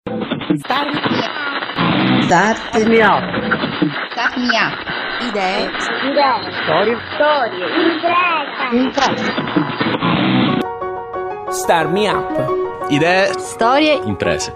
Start me up. Idee. Storie. Imprese. Start me up. Idee. Storie. Imprese.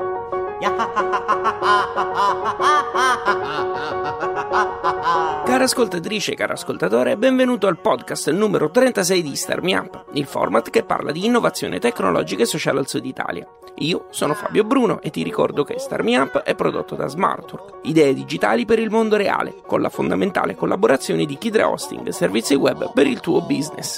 Cara ascoltatrice e caro ascoltatore, benvenuto al podcast numero 36 di Start Me Up, il format che parla di innovazione tecnologica e sociale al Sud Italia. Io sono Fabio Bruno e ti ricordo che Start Me Up è prodotto da Smartwork, idee digitali per il mondo reale, con la fondamentale collaborazione di Kidra Hosting, servizi web per il tuo business.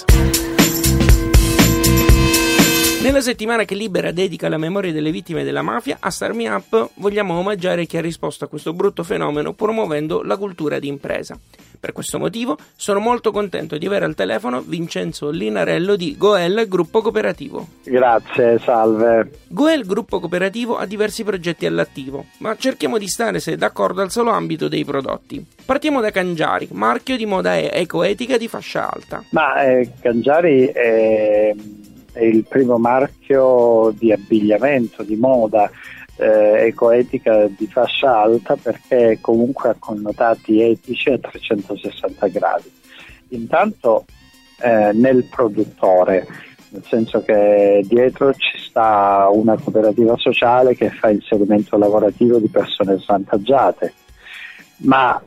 Nella settimana che Libera dedica alla memoria delle vittime della mafia, a Start Me Up vogliamo omaggiare chi ha risposto a questo brutto fenomeno promuovendo la cultura di impresa. Per questo motivo sono molto contento di avere al telefono Vincenzo Linarello di Goel Gruppo Cooperativo. Grazie, salve. Goel Gruppo Cooperativo ha diversi progetti all'attivo, ma cerchiamo di stare, se d'accordo, al solo ambito dei prodotti. Partiamo da Cangiari, marchio di moda ecoetica di fascia alta. Cangiari è il primo marchio di abbigliamento, di moda ecoetica di fascia alta, perché comunque ha connotati etici a 360 gradi. Intanto nel produttore, nel senso che dietro ci sta una cooperativa sociale che fa inserimento lavorativo di persone svantaggiate, ma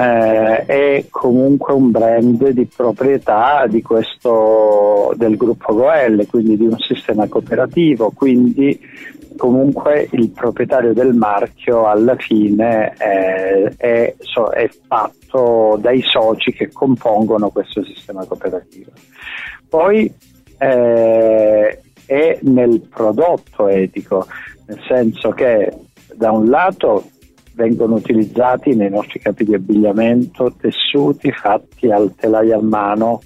è comunque un brand di proprietà di del gruppo Goel, quindi di un sistema cooperativo, quindi comunque il proprietario del marchio alla fine è fatto dai soci che compongono questo sistema cooperativo. Poi è nel prodotto etico, nel senso che da un lato vengono utilizzati nei nostri capi di abbigliamento tessuti fatti al telaio a mano,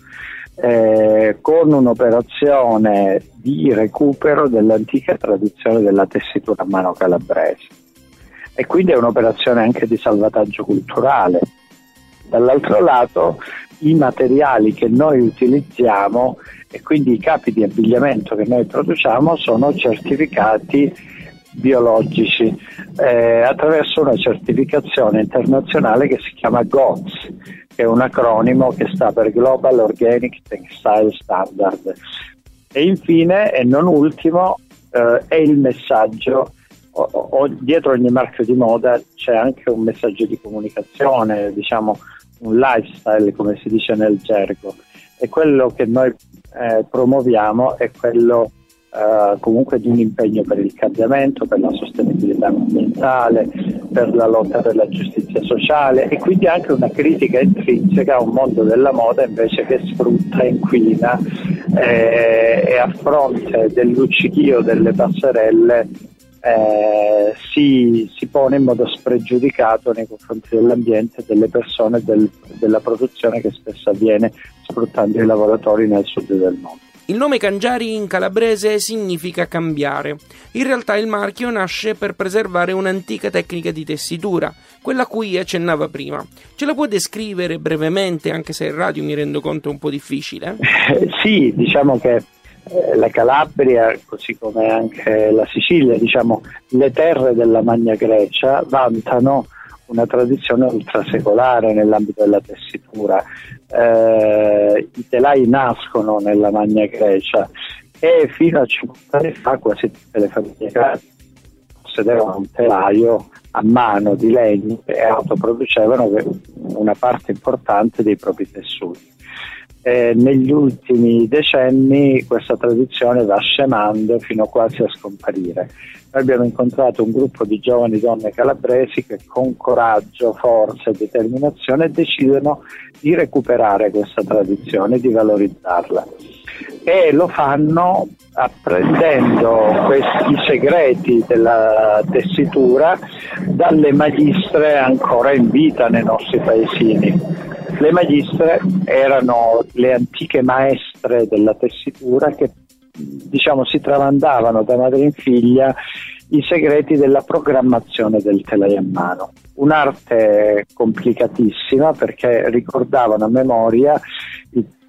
con un'operazione di recupero dell'antica tradizione della tessitura a mano calabrese, e quindi è un'operazione anche di salvataggio culturale. Dall'altro lato i materiali che noi utilizziamo e quindi i capi di abbigliamento che noi produciamo sono certificati biologici attraverso una certificazione internazionale che si chiama GOTS, che è un acronimo che sta per Global Organic Textile Standard. E infine, e non ultimo, è il messaggio. Dietro ogni marchio di moda c'è anche un messaggio di comunicazione, diciamo un lifestyle, come si dice nel gergo, e quello che noi promuoviamo è quello comunque di un impegno per il cambiamento, per la sostenibilità ambientale, per la lotta per la giustizia sociale, e quindi anche una critica intrinseca a un mondo della moda invece che sfrutta, inquina e a fronte del luccichio delle passerelle si pone in modo spregiudicato nei confronti dell'ambiente, delle persone, della produzione che spesso avviene sfruttando i lavoratori nel sud del mondo. Il nome Cangiari in calabrese significa cambiare. In realtà il marchio nasce per preservare un'antica tecnica di tessitura, quella a cui accennava prima. Ce la può descrivere brevemente, anche se in radio mi rendo conto è un po' difficile? Sì, diciamo che la Calabria, così come anche la Sicilia, diciamo le terre della Magna Grecia, vantano una tradizione ultrasecolare nell'ambito della tessitura. I telai nascono nella Magna Grecia e fino a 50 anni fa quasi tutte le famiglie possedevano un telaio a mano di legno e autoproducevano una parte importante dei propri tessuti. Negli ultimi decenni questa tradizione va scemando fino quasi a scomparire. Noi abbiamo incontrato un gruppo di giovani donne calabresi che con coraggio, forza e determinazione decidono di recuperare questa tradizione e di valorizzarla, e lo fanno apprendendo questi segreti della tessitura dalle magistre ancora in vita nei nostri paesini. Le magistre erano le antiche maestre della tessitura che, diciamo, si tramandavano da madre in figlia i segreti della programmazione del telaio a mano. Un'arte complicatissima, perché ricordavano a memoria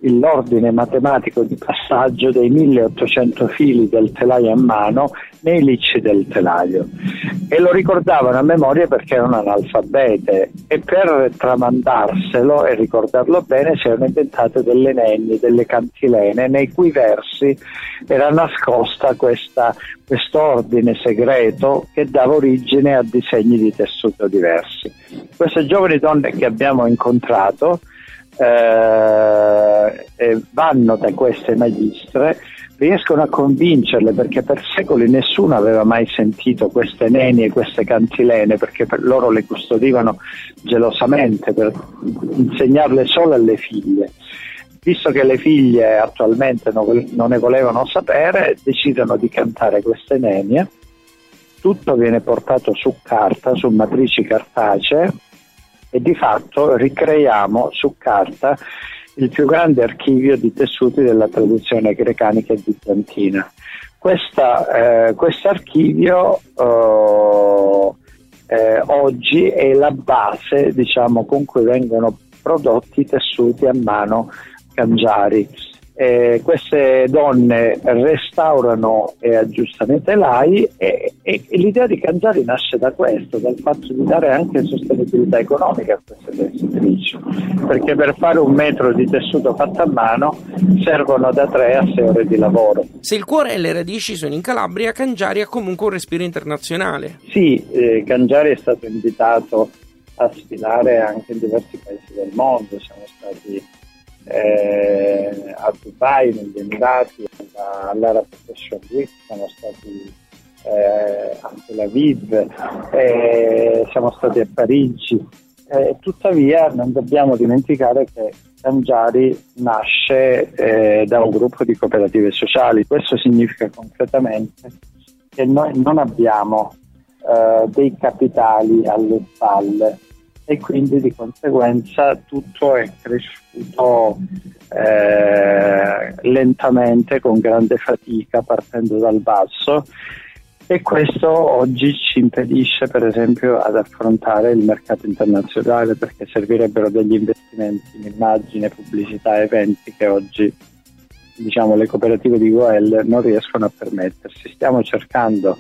l'ordine matematico di passaggio dei 1800 fili del telaio a mano nei licci del telaio, e lo ricordavano a memoria perché erano analfabete, e per tramandarselo e ricordarlo bene si erano inventate delle nenie, delle cantilene nei cui versi era nascosta quest'ordine segreto che dava origine a disegni di tessuto diversi. Queste giovani donne che abbiamo incontrato vanno da queste magistre, riescono a convincerle, perché per secoli nessuno aveva mai sentito queste nenie e queste cantilene, perché per loro le custodivano gelosamente per insegnarle solo alle figlie. Visto che le figlie attualmente non ne volevano sapere, decidono di cantare queste nenie. Tutto viene portato su carta, su matrici cartacee, e di fatto ricreiamo su carta il più grande archivio di tessuti della tradizione grecanica e bizantina. Questo archivio oggi è la base, diciamo, con cui vengono prodotti tessuti a mano cangiari. Queste donne restaurano e aggiustano i telai, e l'idea di Cangiari nasce da questo, dal fatto di dare anche sostenibilità economica a queste tessitrici, perché per fare un metro di tessuto fatto a mano servono da 3 a 6 ore di lavoro. Se il cuore e le radici sono in Calabria, Cangiari ha comunque un respiro internazionale. Sì, Cangiari è stato invitato a sfilare anche in diversi paesi del mondo. Siamo stati a Dubai, negli Emirati, all'Arab Fashion Week, siamo stati a Tel Aviv, siamo stati a Parigi. Tuttavia non dobbiamo dimenticare che Cangiari nasce da un gruppo di cooperative sociali. Questo significa concretamente che noi non abbiamo dei capitali alle spalle, e quindi di conseguenza tutto è cresciuto lentamente, con grande fatica, partendo dal basso, e questo oggi ci impedisce per esempio ad affrontare il mercato internazionale, perché servirebbero degli investimenti in immagine, pubblicità, eventi che oggi, diciamo, le cooperative di Goel non riescono a permettersi. Stiamo cercando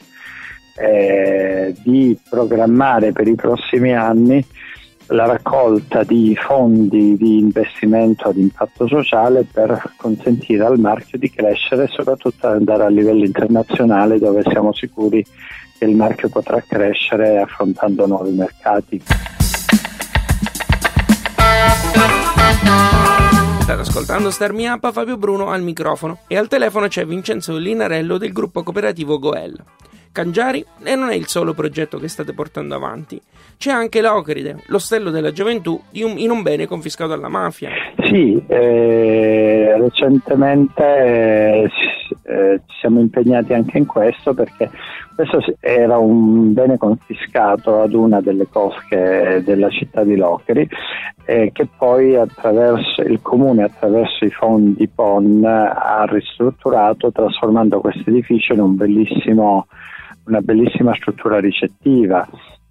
di programmare per i prossimi anni la raccolta di fondi di investimento ad impatto sociale per consentire al marchio di crescere e soprattutto andare a livello internazionale, dove siamo sicuri che il marchio potrà crescere affrontando nuovi mercati. State ascoltando Start Me Up, Fabio Bruno al microfono, e al telefono c'è Vincenzo Linarello del gruppo cooperativo Goel. Cangiari non è il solo progetto che state portando avanti, c'è anche l'Ocride, l'ostello della gioventù in un bene confiscato alla mafia. Sì, recentemente ci siamo impegnati anche in questo, perché questo era un bene confiscato ad una delle cosche della città di Locri, che poi il comune, attraverso i fondi PON, ha ristrutturato, trasformando questo edificio in una bellissima struttura ricettiva,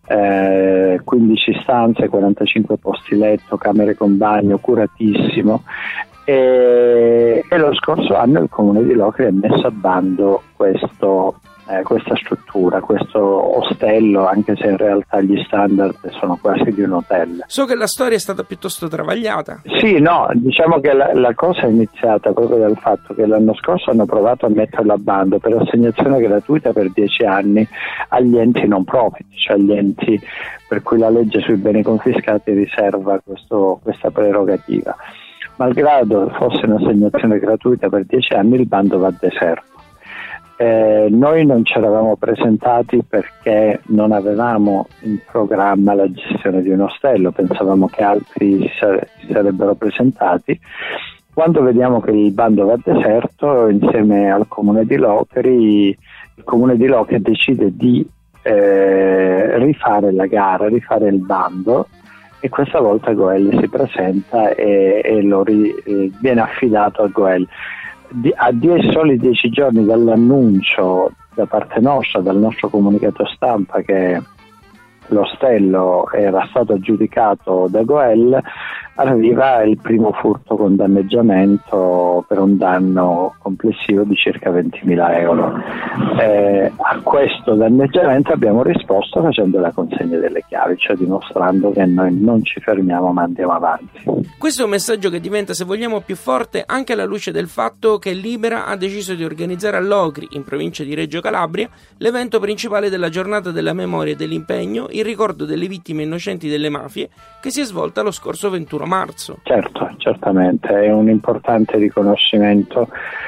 15 stanze, 45 posti letto, camere con bagno, curatissimo, e lo scorso anno il comune di Locri ha messo a bando questa struttura, questo ostello, anche se in realtà gli standard sono quasi di un hotel. So che la storia è stata piuttosto travagliata. Sì, no, diciamo che la cosa è iniziata proprio dal fatto che l'anno scorso hanno provato a metterlo a bando per assegnazione gratuita per 10 anni agli enti non profit, cioè agli enti per cui la legge sui beni confiscati riserva questa prerogativa. Malgrado fosse un'assegnazione gratuita per 10 anni, il bando va deserto. Noi non ci eravamo presentati perché non avevamo in programma la gestione di un ostello, pensavamo che altri si sarebbero presentati. Quando vediamo che il bando va deserto, insieme al comune di Locri, il comune di Locri decide di rifare la gara, rifare il bando, e questa volta Goel si presenta e viene affidato a Goel. A soli 10 giorni dall'annuncio da parte nostra, dal nostro comunicato stampa, che l'ostello era stato aggiudicato da Goel, arriva il primo furto con danneggiamento per un danno complessivo di circa 20.000 euro. A questo danneggiamento abbiamo risposto facendo la consegna delle chiavi, cioè dimostrando che noi non ci fermiamo ma andiamo avanti. Questo è un messaggio che diventa, se vogliamo, più forte anche alla luce del fatto che Libera ha deciso di organizzare a Locri, in provincia di Reggio Calabria, l'evento principale della giornata della memoria e dell'impegno in ricordo delle vittime innocenti delle mafie, che si è svolta lo scorso 21 marzo. Certo, certamente, è un importante riconoscimento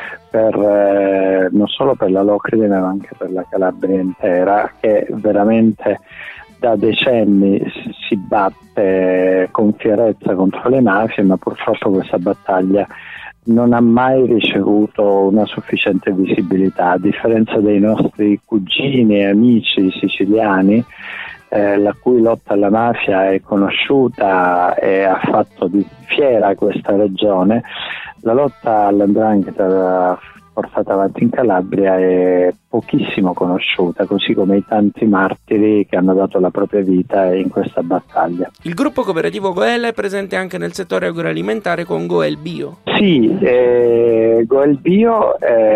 non solo per la Locride ma anche per la Calabria intera, che veramente da decenni si batte con fierezza contro le mafie, ma purtroppo questa battaglia non ha mai ricevuto una sufficiente visibilità, a differenza dei nostri cugini e amici siciliani, la cui lotta alla mafia è conosciuta e ha fatto di fiera questa regione. La lotta all''ndrangheta portata avanti in Calabria è pochissimo conosciuta, così come i tanti martiri che hanno dato la propria vita in questa battaglia. Il gruppo cooperativo Goel è presente anche nel settore agroalimentare con Goel Bio. Sì, Goel Bio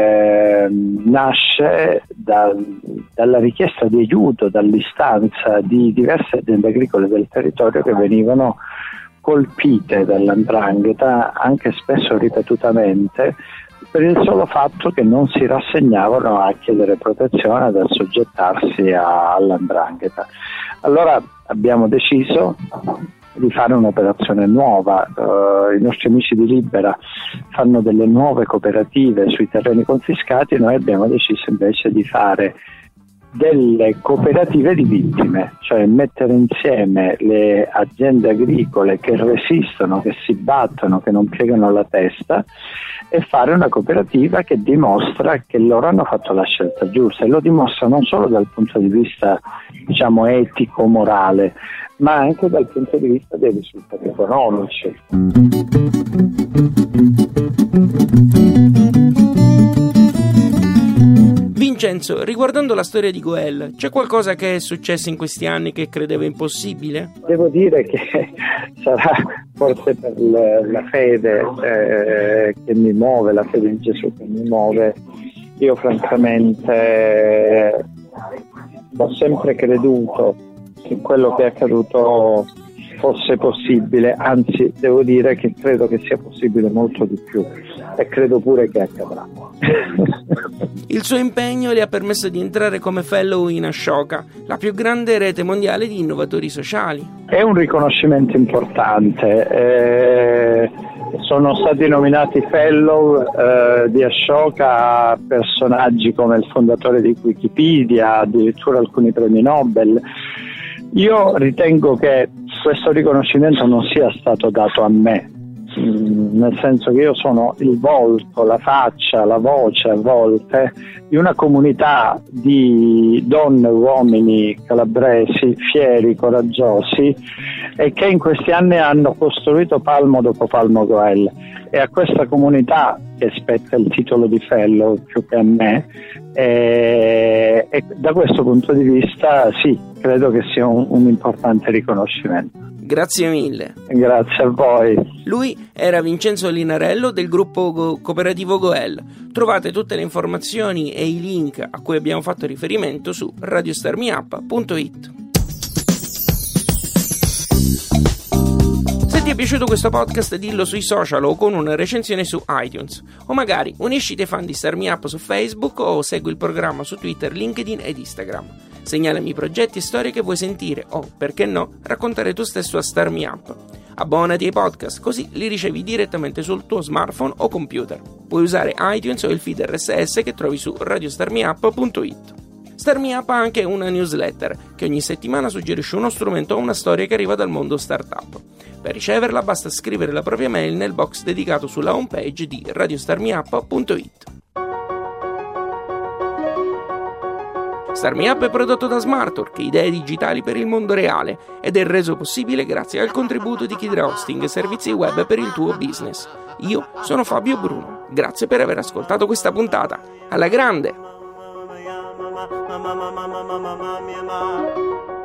nasce dalla richiesta di aiuto, dall'istanza di diverse aziende agricole del territorio che venivano colpite dall''ndrangheta, anche spesso ripetutamente, per il solo fatto che non si rassegnavano a chiedere protezione, ad assoggettarsi all''ndrangheta. Allora abbiamo deciso di fare un'operazione nuova. I nostri amici di Libera fanno delle nuove cooperative sui terreni confiscati e noi abbiamo deciso invece di fare delle cooperative di vittime, cioè mettere insieme le aziende agricole che resistono, che si battono, che non piegano la testa, e fare una cooperativa che dimostra che loro hanno fatto la scelta giusta, e lo dimostra non solo dal punto di vista, diciamo, etico-morale, ma anche dal punto di vista dei risultati economici. Vincenzo, riguardando la storia di Goel, c'è qualcosa che è successo in questi anni che credeva impossibile? Devo dire che sarà forse per la fede che mi muove, la fede in Gesù che mi muove. Io francamente ho sempre creduto che quello che è accaduto fosse possibile, anzi devo dire che credo che sia possibile molto di più e credo pure che accadrà. Il suo impegno le ha permesso di entrare come fellow in Ashoka, la più grande rete mondiale di innovatori sociali. È un riconoscimento importante. Sono stati nominati fellow di Ashoka personaggi come il fondatore di Wikipedia, addirittura alcuni premi Nobel. Io ritengo che questo riconoscimento non sia stato dato a me, nel senso che io sono il volto, la faccia, la voce a volte di una comunità di donne e uomini calabresi fieri, coraggiosi, e che in questi anni hanno costruito palmo dopo palmo Goel, e a questa comunità che spetta il titolo di fellow più che a me, e da questo punto di vista sì, credo che sia un importante riconoscimento. Grazie mille. Grazie a voi. Lui era Vincenzo Linarello del gruppo cooperativo Goel. Trovate tutte le informazioni e i link a cui abbiamo fatto riferimento su radiostarmiup.it. Se ti è piaciuto questo podcast, dillo sui social o con una recensione su iTunes, o magari unisciti ai fan di Start Me Up su Facebook o segui il programma su Twitter, LinkedIn ed Instagram. Segnalami progetti e storie che vuoi sentire o, perché no, raccontare tu stesso a Start Me Up. Abbonati ai podcast, così li ricevi direttamente sul tuo smartphone o computer. Puoi usare iTunes o il feed RSS che trovi su radiostarmiup.it. Start Me Up ha anche una newsletter che ogni settimana suggerisce uno strumento o una storia che arriva dal mondo startup. Per riceverla basta scrivere la propria mail nel box dedicato sulla homepage di radiostarmiup.it. Start Me Up è prodotto da Smartwork, idee digitali per il mondo reale, ed è reso possibile grazie al contributo di Kidra Hosting e servizi web per il tuo business. Io sono Fabio Bruno, grazie per aver ascoltato questa puntata. Alla grande!